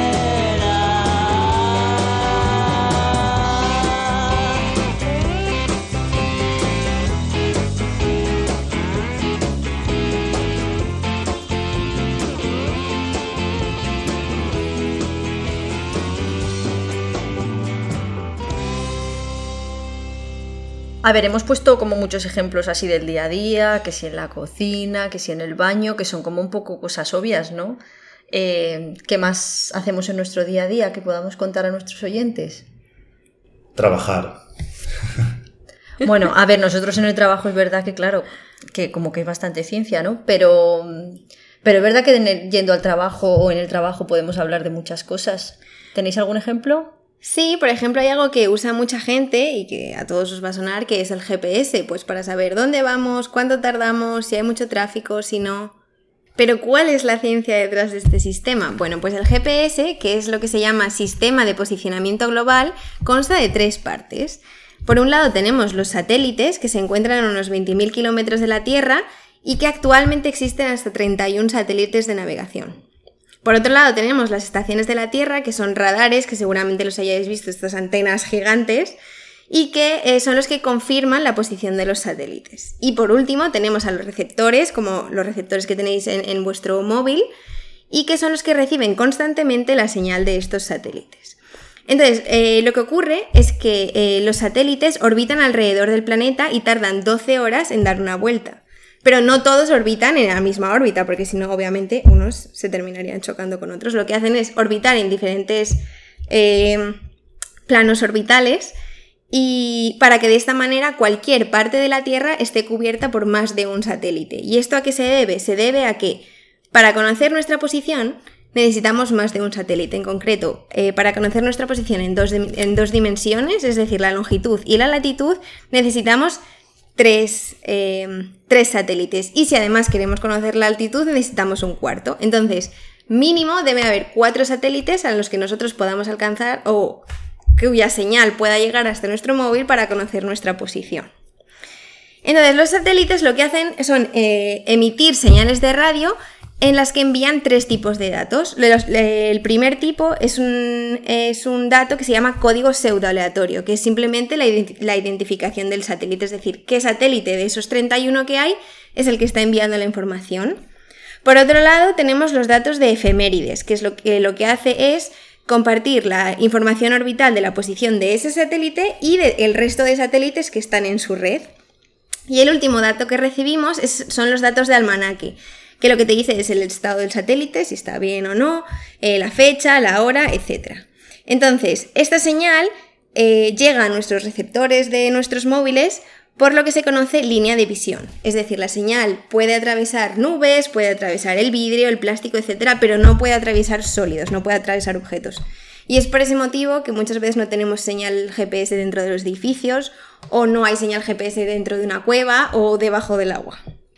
A ver, hemos puesto como muchos ejemplos así del día a día, que si en la cocina, que si en el baño, que son como un poco cosas obvias, ¿no? Eh, ¿Qué más hacemos en nuestro día a día que podamos contar a nuestros oyentes? Trabajar. Bueno, a ver, nosotros en el trabajo es verdad que, claro, que como que hay bastante ciencia, ¿no? Pero, pero es verdad que en el, yendo al trabajo o en el trabajo podemos hablar de muchas cosas. ¿Tenéis algún ejemplo? Sí, por ejemplo, hay algo que usa mucha gente y que a todos os va a sonar, que es el G P S, pues para saber dónde vamos, cuánto tardamos, si hay mucho tráfico, si no. Pero ¿cuál es la ciencia detrás de este sistema? Bueno, pues el G P S, que es lo que se llama Sistema de Posicionamiento Global, consta de tres partes. Por un lado tenemos los satélites, que se encuentran a unos veinte mil kilómetros de la Tierra y que actualmente existen hasta treinta y un satélites de navegación. Por otro lado tenemos las estaciones de la Tierra, que son radares, que seguramente los hayáis visto, estas antenas gigantes, y que eh, son los que confirman la posición de los satélites. Y por último tenemos a los receptores, como los receptores que tenéis en, en vuestro móvil, y que son los que reciben constantemente la señal de estos satélites. Entonces, eh, lo que ocurre es que eh, los satélites orbitan alrededor del planeta y tardan doce horas en dar una vuelta. Pero no todos orbitan en la misma órbita, porque si no, obviamente, unos se terminarían chocando con otros. Lo que hacen es orbitar en diferentes eh, planos orbitales, y para que de esta manera cualquier parte de la Tierra esté cubierta por más de un satélite. ¿Y esto a qué se debe? Se debe a que para conocer nuestra posición necesitamos más de un satélite. En concreto, eh, para conocer nuestra posición en dos, en dos dimensiones, es decir, la longitud y la latitud, necesitamos tres, eh, tres satélites. Y si además queremos conocer la altitud, necesitamos un cuarto. Entonces, mínimo debe haber cuatro satélites a los que nosotros podamos alcanzar o cuya señal pueda llegar hasta nuestro móvil para conocer nuestra posición. Entonces, los satélites lo que hacen son eh, emitir señales de radio en las que envían tres tipos de datos. El primer tipo es un, es un dato que se llama código pseudoaleatorio, que es simplemente la, ident- la identificación del satélite, es decir, qué satélite de esos treinta y uno que hay es el que está enviando la información. Por otro lado, tenemos los datos de efemérides, que es lo que, lo que hace es compartir la información orbital de la posición de ese satélite y del resto de satélites que están en su red. Y el último dato que recibimos es, son los datos de almanaque, que lo que te dice es el estado del satélite, si está bien o no, eh, la fecha, la hora, etcétera. Entonces, esta señal eh, llega a nuestros receptores de nuestros móviles por lo que se conoce línea de visión. Es decir, la señal puede atravesar nubes, puede atravesar el vidrio, el plástico, etcétera, pero no puede atravesar sólidos, no puede atravesar objetos. Y es por ese motivo que muchas veces no tenemos señal G P S dentro de los edificios, o no hay señal G P S dentro de una cueva o debajo del agua.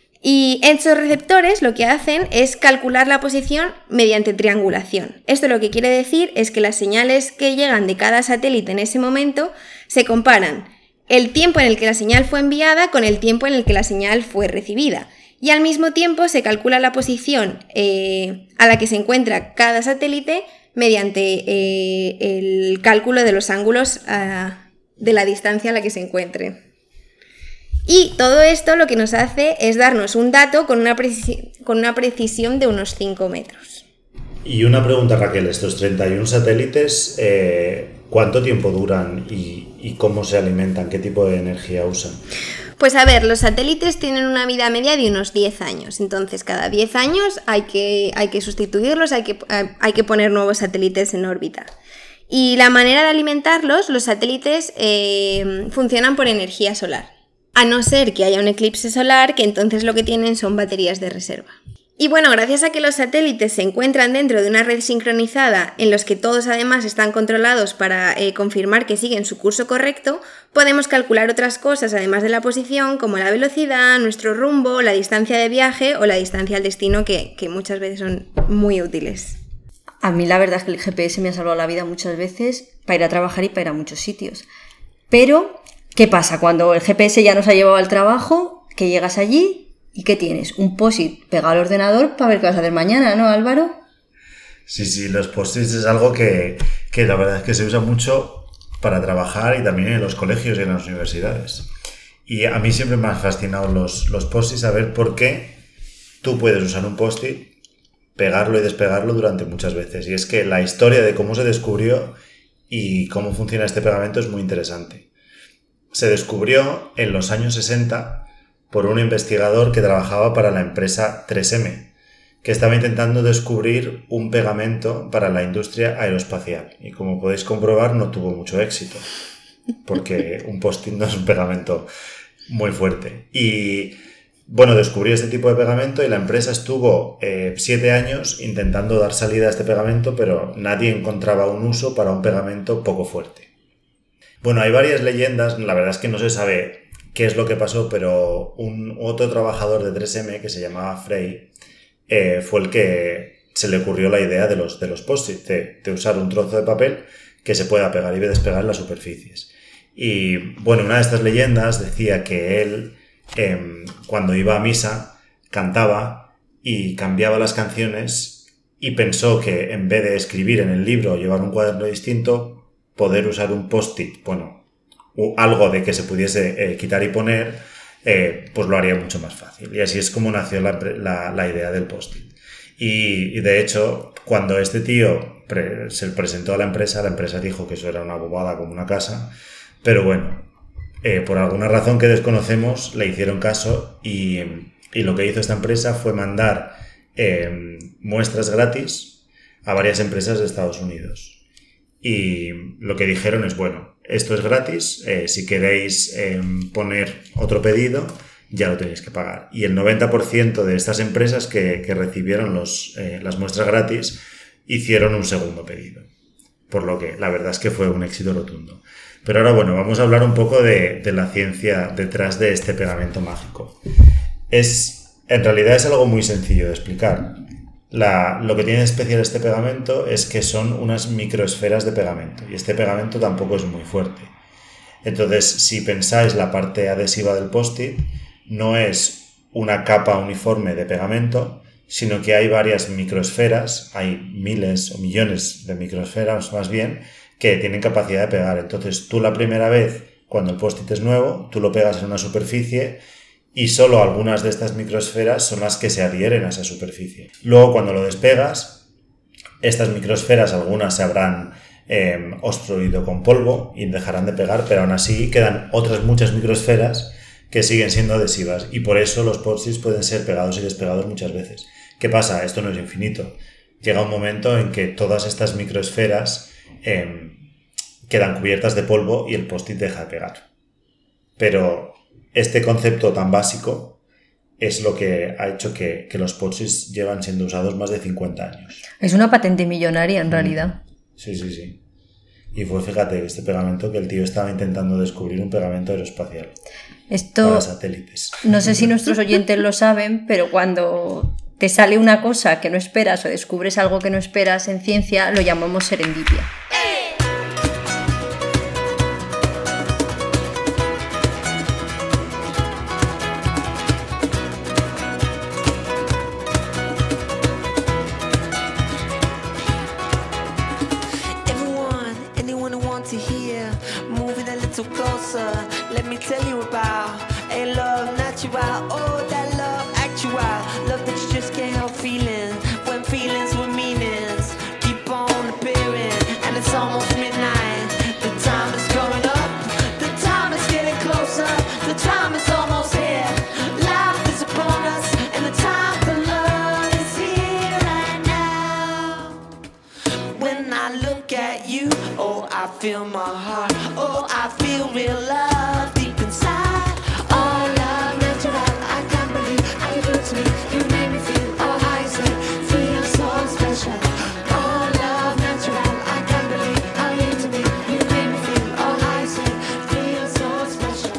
Y estos receptores lo que hacen es calcular la posición mediante triangulación. Esto lo que quiere decir es que las señales que llegan de cada satélite en ese momento se comparan el tiempo en el que la señal fue enviada con el tiempo en el que la señal fue recibida. Y al mismo tiempo se calcula la posición eh, a la que se encuentra cada satélite mediante eh, el cálculo de los ángulos uh, de la distancia a la que se encuentre. Y todo esto lo que nos hace es darnos un dato con una, preci- con una precisión de unos cinco metros. Y una pregunta, Raquel, estos treinta y uno satélites, eh, ¿cuánto tiempo duran y, y cómo se alimentan? ¿Qué tipo de energía usan? Pues a ver, los satélites tienen una vida media de unos diez años, entonces cada diez años hay que, hay que sustituirlos, hay que, hay que poner nuevos satélites en órbita. Y la manera de alimentarlos, los satélites eh, funcionan por energía solar, a no ser que haya un eclipse solar, que entonces lo que tienen son baterías de reserva. Y bueno, gracias a que los satélites se encuentran dentro de una red sincronizada en los que todos además están controlados para eh, confirmar que siguen su curso correcto, podemos calcular otras cosas además de la posición, como la velocidad, nuestro rumbo, la distancia de viaje o la distancia al destino, que, que muchas veces son muy útiles. A mí la verdad es que el G P S me ha salvado la vida muchas veces para ir a trabajar y para ir a muchos sitios. Pero, ¿qué pasa? Cuando el G P S ya nos ha llevado al trabajo, que llegas allí... ¿Y qué tienes? Un post-it pegado al ordenador para ver qué vas a hacer mañana, ¿no, Álvaro? Sí, sí, los post-its es algo que, que la verdad es que se usa mucho para trabajar y también en los colegios y en las universidades. Y a mí siempre me han fascinado los, los post-its, saber por qué tú puedes usar un post-it, pegarlo y despegarlo durante muchas veces. Y es que la historia de cómo se descubrió y cómo funciona este pegamento es muy interesante. Se descubrió en los años sesenta por un investigador que trabajaba para la empresa tres eme, que estaba intentando descubrir un pegamento para la industria aeroespacial. Y como podéis comprobar, no tuvo mucho éxito, porque un post-it no es un pegamento muy fuerte. Y bueno, descubrió este tipo de pegamento y la empresa estuvo eh, siete años intentando dar salida a este pegamento, pero nadie encontraba un uso para un pegamento poco fuerte. Bueno, hay varias leyendas, la verdad es que no se sabe qué es lo que pasó, pero un otro trabajador de tres eme que se llamaba Frey eh, fue el que se le ocurrió la idea de los, de los post-it, de, de usar un trozo de papel que se pueda pegar y despegar en las superficies. Y bueno, una de estas leyendas decía que él, eh, cuando iba a misa, cantaba y cambiaba las canciones y pensó que en vez de escribir en el libro o llevar un cuaderno distinto, poder usar un post-it, bueno, algo de que se pudiese eh, quitar y poner, eh, pues lo haría mucho más fácil. Y así es como nació la, la, la idea del post-it. Y, y de hecho, cuando este tío pre, se presentó a la empresa, la empresa dijo que eso era una bobada como una casa, pero bueno, eh, por alguna razón que desconocemos, le hicieron caso y, y lo que hizo esta empresa fue mandar eh, muestras gratis a varias empresas de Estados Unidos. y lo que dijeron es, bueno, esto es gratis, eh, si queréis eh, poner otro pedido, ya lo tenéis que pagar. Y el noventa por ciento de estas empresas que, que recibieron los, eh, las muestras gratis hicieron un segundo pedido. Por lo que la verdad es que fue un éxito rotundo. Pero ahora, bueno, vamos a hablar un poco de, de la ciencia detrás de este pegamento mágico. Es, en realidad es algo muy sencillo de explicar. La, lo que tiene de especial este pegamento es que son unas microesferas de pegamento y este pegamento tampoco es muy fuerte. Entonces, si pensáis la parte adhesiva del post-it, no es una capa uniforme de pegamento, sino que hay varias microesferas, hay miles o millones de microesferas más bien, que tienen capacidad de pegar. Entonces tú la primera vez, cuando el post-it es nuevo, tú lo pegas en una superficie y solo algunas de estas microesferas son las que se adhieren a esa superficie. Luego cuando lo despegas, estas microesferas, algunas se habrán eh, obstruido con polvo y dejarán de pegar, pero aún así quedan otras muchas microesferas que siguen siendo adhesivas y por eso los post-its pueden ser pegados y despegados muchas veces. ¿Qué pasa? Esto no es infinito. Llega un momento en que todas estas microesferas eh, quedan cubiertas de polvo y el post-it deja de pegar. Pero este concepto tan básico es lo que ha hecho que, que los post-its llevan siendo usados más de cincuenta años. Es una patente millonaria en realidad. Sí, sí, sí. Y fue, fíjate, este pegamento que el tío estaba intentando descubrir un pegamento aeroespacial. Esto, para satélites. No sé si nuestros oyentes lo saben, pero cuando te sale una cosa que no esperas o descubres algo que no esperas en ciencia, lo llamamos serendipia. Feel my heart, oh, I feel real love deep inside. Oh, love natural, I can't believe how you do to me. You make me feel, oh, how you say, feel so special. Oh, love natural, I can't believe how you do to me. You make me feel, oh, how you say, feel so special.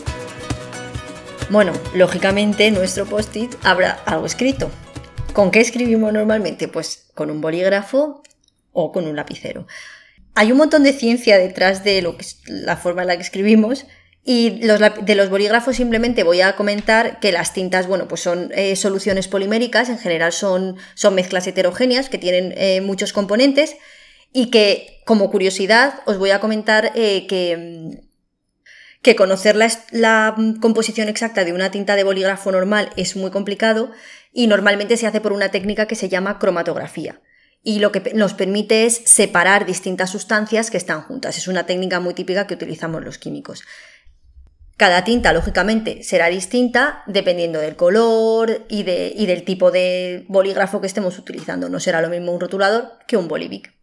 Bueno, lógicamente en nuestro post-it habrá algo escrito. ¿Con qué escribimos normalmente? Pues con un bolígrafo o con un lapicero. Hay un montón de ciencia detrás de lo que es la forma en la que escribimos y los, de los bolígrafos simplemente voy a comentar que las tintas, bueno, pues son eh, soluciones poliméricas, en general son, son mezclas heterogéneas que tienen eh, muchos componentes y que, como curiosidad, os voy a comentar eh, que, que conocer la, la composición exacta de una tinta de bolígrafo normal es muy complicado y normalmente se hace por una técnica que se llama cromatografía. Y lo que nos permite es separar distintas sustancias que están juntas. Es una técnica muy típica que utilizamos los químicos. Cada tinta, lógicamente, será distinta dependiendo del color y, de, y del tipo de bolígrafo que estemos utilizando. No será lo mismo un rotulador que un Bolivic.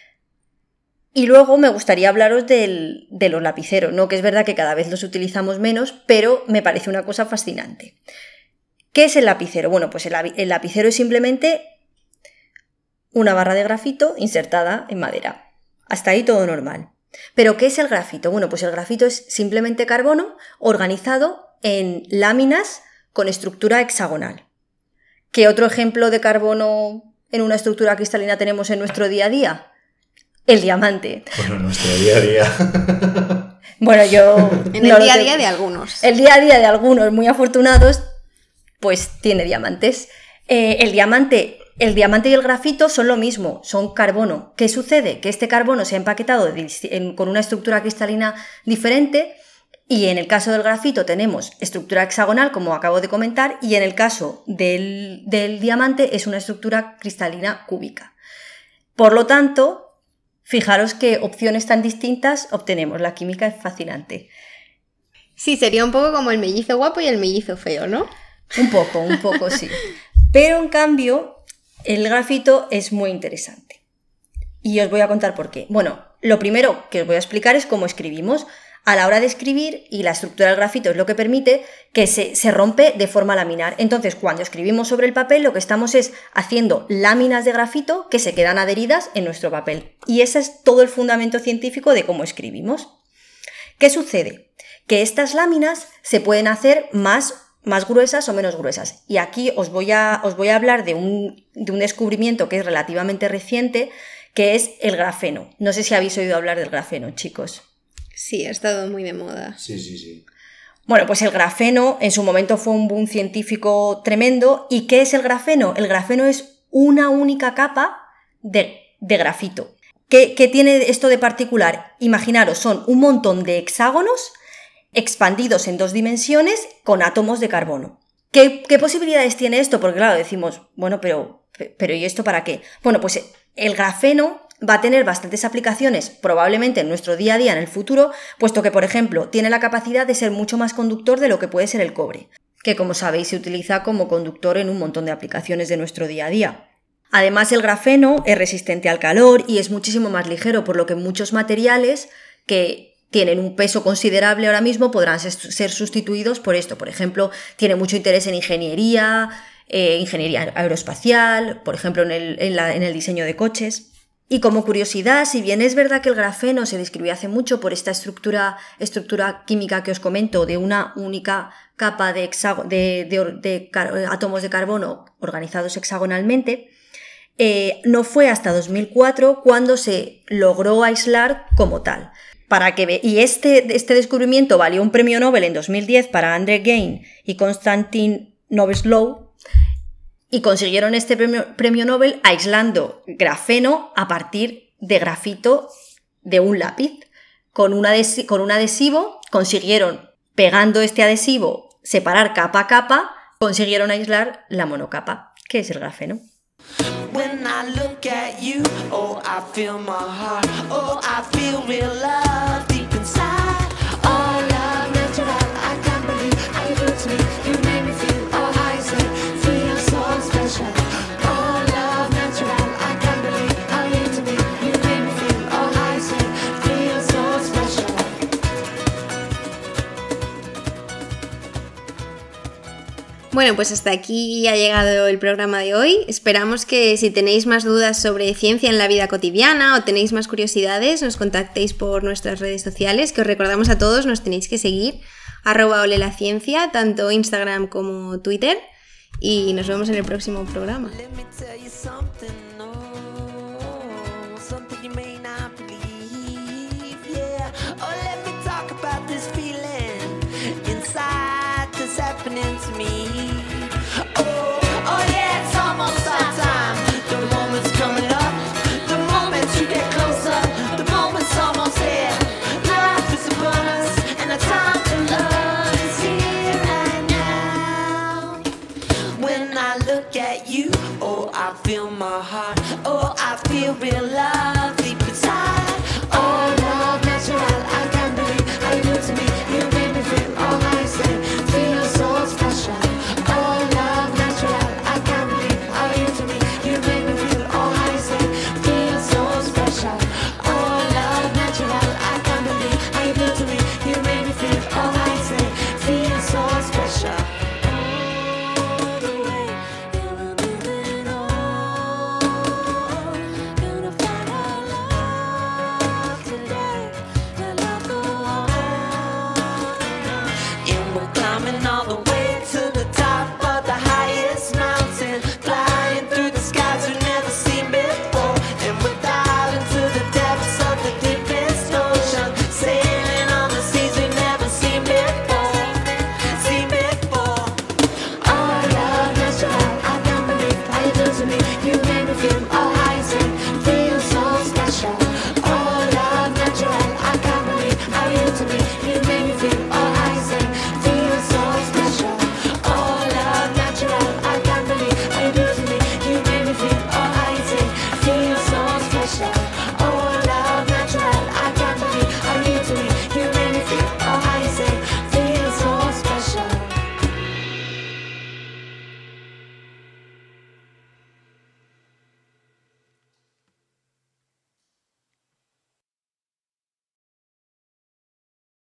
Y luego me gustaría hablaros del, de los lapiceros, ¿no? Que es verdad que cada vez los utilizamos menos, pero me parece una cosa fascinante. ¿Qué es el lapicero? Bueno, pues el, el lapicero es simplemente una barra de grafito insertada en madera. Hasta ahí todo normal. ¿Pero qué es el grafito? Bueno, pues el grafito es simplemente carbono organizado en láminas con estructura hexagonal. ¿Qué otro ejemplo de carbono en una estructura cristalina tenemos en nuestro día a día? El diamante. Bueno, en nuestro día a día. Bueno, yo... En el día a día de algunos. El día a día de algunos muy afortunados, pues tiene diamantes. Eh, el diamante... El diamante y el grafito son lo mismo, son carbono. ¿Qué sucede? Que este carbono se ha empaquetado de, en, con una estructura cristalina diferente y en el caso del grafito tenemos estructura hexagonal, como acabo de comentar, y en el caso del, del diamante es una estructura cristalina cúbica. Por lo tanto, fijaros qué opciones tan distintas obtenemos. La química es fascinante. Sí, sería un poco como el mellizo guapo y el mellizo feo, ¿no? Un poco, un poco, sí. Pero en cambio... el grafito es muy interesante y os voy a contar por qué. Bueno, lo primero que os voy a explicar es cómo escribimos. A la hora de escribir, y la estructura del grafito es lo que permite que se, se rompe de forma laminar. Entonces, cuando escribimos sobre el papel, lo que estamos es haciendo láminas de grafito que se quedan adheridas en nuestro papel. Y ese es todo el fundamento científico de cómo escribimos. ¿Qué sucede? Que estas láminas se pueden hacer más, más gruesas o menos gruesas. Y aquí os voy a, os voy a hablar de un, de un descubrimiento que es relativamente reciente, que es el grafeno. No sé si habéis oído hablar del grafeno, chicos. Sí, ha estado muy de moda. Sí, sí, sí. Bueno, pues el grafeno en su momento fue un boom científico tremendo. ¿Y qué es el grafeno? El grafeno es una única capa de, de grafito. ¿Qué, ¿Qué tiene esto de particular? Imaginaros, son un montón de hexágonos expandidos en dos dimensiones con átomos de carbono. ¿Qué, qué posibilidades tiene esto? Porque claro, decimos, bueno, pero, pero ¿y esto para qué? Bueno, pues el grafeno va a tener bastantes aplicaciones, probablemente en nuestro día a día en el futuro, puesto que, por ejemplo, tiene la capacidad de ser mucho más conductor de lo que puede ser el cobre, que como sabéis se utiliza como conductor en un montón de aplicaciones de nuestro día a día. Además, el grafeno es resistente al calor y es muchísimo más ligero, por lo que muchos materiales que tienen un peso considerable ahora mismo podrán ser sustituidos por esto. Por ejemplo, tiene mucho interés en ingeniería, eh, ingeniería aeroespacial, por ejemplo, en el, en la, en el diseño de coches. Y como curiosidad, si bien es verdad que el grafeno se describió hace mucho por esta estructura, estructura química que os comento, de una única capa de, hexágono, de, de, de car- átomos de carbono organizados hexagonalmente, eh, no fue hasta dos mil cuatro cuando se logró aislar como tal. Para que ve- y este, este descubrimiento valió un premio Nobel en dos mil diez para Andre Gein y Konstantin Novoslow, y consiguieron este premio, premio Nobel aislando grafeno a partir de grafito de un lápiz. Con un, adhesivo, con un adhesivo consiguieron, pegando este adhesivo, separar capa a capa, consiguieron aislar la monocapa, que es el grafeno. When I look at you, oh, I feel my heart. Oh, I feel real love deep inside. Oh, love natural, I can't believe how you do to me. You make me feel all high and feel so special. Oh, love natural, I can't believe how you do to me. You make me feel all high and feel so special. Bueno, pues hasta aquí ha llegado el programa de hoy. Esperamos que si tenéis más dudas sobre ciencia en la vida cotidiana o tenéis más curiosidades, nos contactéis por nuestras redes sociales, que os recordamos a todos, nos tenéis que seguir, arroba olelaciencia, tanto Instagram como Twitter, y nos vemos en el próximo programa. Let me tell you something, oh, something you may not believe, yeah. Oh, let me talk about this feeling inside that's happening to me. Oh, oh yeah, it's almost our time. The moment's coming up, the moment you get closer, the moment's almost here. Life is upon us, and the time to love is here and now. When I look at you, oh, I feel my heart. Oh, I feel real love.